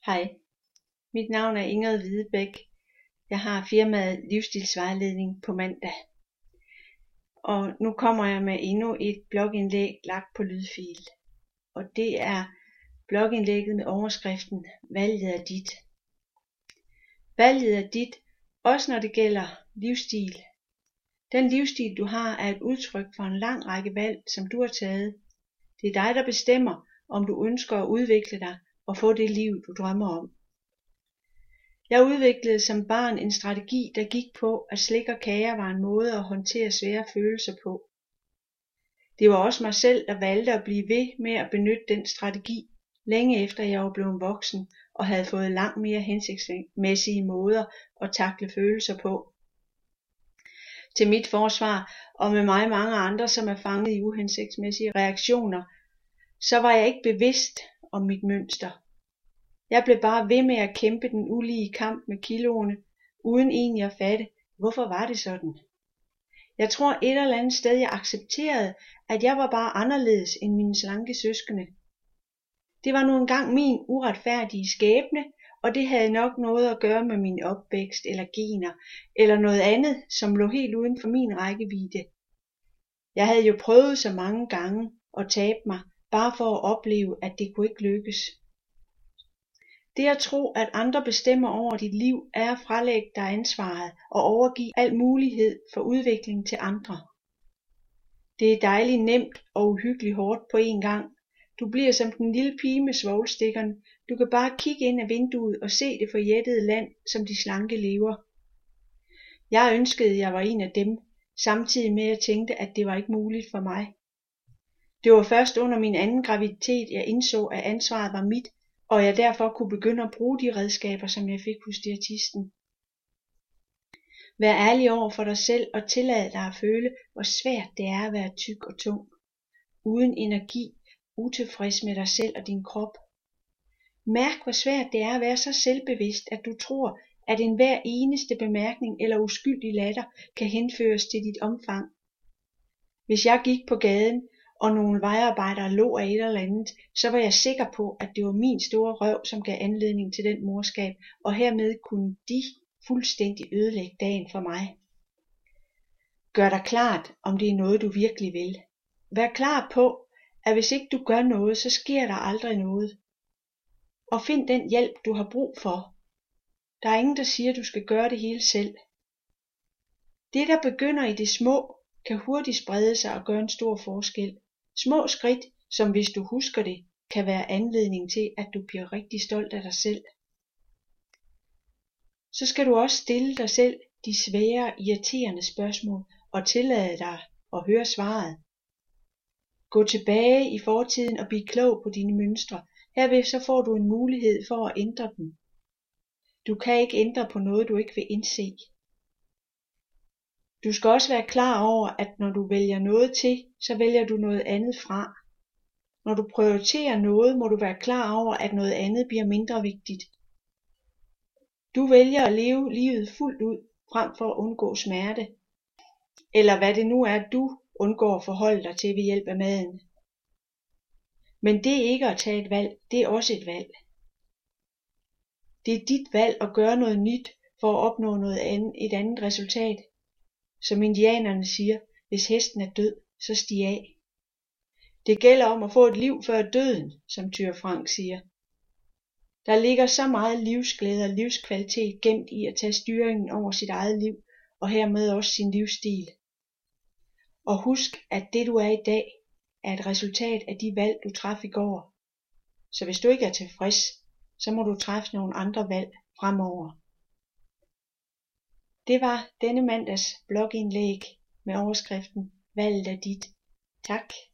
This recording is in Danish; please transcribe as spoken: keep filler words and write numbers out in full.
Hej, mit navn er Ingrid Hvidebæk. Jeg har firmaet Livsstilsvejledning på mandag. Og nu kommer jeg med endnu et blogindlæg lagt på lydfil. Og det er blogindlægget med overskriften Valget er dit. Valget er dit, også når det gælder livsstil. Den livsstil du har er et udtryk for en lang række valg, som du har taget. Det er dig, der bestemmer, om du ønsker at udvikle dig og få det liv, du drømmer om. Jeg udviklede som barn en strategi, der gik på, at slik og kager var en måde at håndtere svære følelser på. Det var også mig selv, der valgte at blive ved med at benytte den strategi, længe efter jeg var blevet voksen og havde fået langt mere hensigtsmæssige måder at takle følelser på. Til mit forsvar, og med mig mange andre, som er fanget i uhensigtsmæssige reaktioner, så var jeg ikke bevidst om mit mønster. Jeg blev bare ved med at kæmpe den ulige kamp med kiloene, uden egentlig at fatte, hvorfor var det sådan. Jeg tror et eller andet sted, jeg accepterede, at jeg var bare anderledes end mine slanke søskende. Det var nu engang min uretfærdige skæbne, og det havde nok noget at gøre med min opvækst eller gener, eller noget andet, som lå helt uden for min rækkevidde. Jeg havde jo prøvet så mange gange at tabe mig, bare for at opleve, at det kunne ikke lykkes. Det at tro, at andre bestemmer over dit liv, er at fralægge dig ansvaret og overgive al mulighed for udvikling til andre. Det er dejligt nemt og uhyggeligt hårdt på en gang. Du bliver som den lille pige med svovlstikkerne. Du kan bare kigge ind ad vinduet og se det forjættede land, som de slanke lever. Jeg ønskede, jeg var en af dem, samtidig med at jeg tænkte, at det var ikke muligt for mig. Det var først under min anden graviditet, jeg indså, at ansvaret var mit, og jeg derfor kunne begynde at bruge de redskaber, som jeg fik hos diætisten. Vær ærlig over for dig selv og tillad dig at føle, hvor svært det er at være tyk og tung. Uden energi, utilfreds med dig selv og din krop. Mærk, hvor svært det er at være så selvbevidst, at du tror, at enhver eneste bemærkning eller uskyldig latter kan henføres til dit omfang. Hvis jeg gik på gaden, og nogle vejarbejdere lå af et eller andet, så var jeg sikker på, at det var min store røv, som gav anledning til den morskab, og hermed kunne de fuldstændig ødelægge dagen for mig. Gør dig klart, om det er noget, du virkelig vil. Vær klar på, at hvis ikke du gør noget, så sker der aldrig noget. Og find den hjælp, du har brug for. Der er ingen, der siger, at du skal gøre det hele selv. Det, der begynder i det små, kan hurtigt sprede sig og gøre en stor forskel. Små skridt, som hvis du husker det, kan være anledning til, at du bliver rigtig stolt af dig selv. Så skal du også stille dig selv de svære, irriterende spørgsmål og tillade dig at høre svaret. Gå tilbage i fortiden og bliv klog på dine mønstre. Herved så får du en mulighed for at ændre dem. Du kan ikke ændre på noget, du ikke vil indse. Du skal også være klar over, at når du vælger noget til, så vælger du noget andet fra. Når du prioriterer noget, må du være klar over, at noget andet bliver mindre vigtigt. Du vælger at leve livet fuldt ud, frem for at undgå smerte. Eller hvad det nu er, du undgår at forholde dig til ved hjælp af maden. Men det er ikke at tage et valg, det er også et valg. Det er dit valg at gøre noget nyt for at opnå noget andet, et andet resultat. Som indianerne siger, hvis hesten er død, så stig af. Det gælder om at få et liv før døden, som Thyra Frank siger. Der ligger så meget livsglæde og livskvalitet gemt i at tage styringen over sit eget liv, og hermed også sin livsstil. Og husk, at det du er i dag, er et resultat af de valg, du traf i går. Så hvis du ikke er tilfreds, så må du træffe nogle andre valg fremover. Det var denne mandags blogindlæg med overskriften Valget er dit. Tak.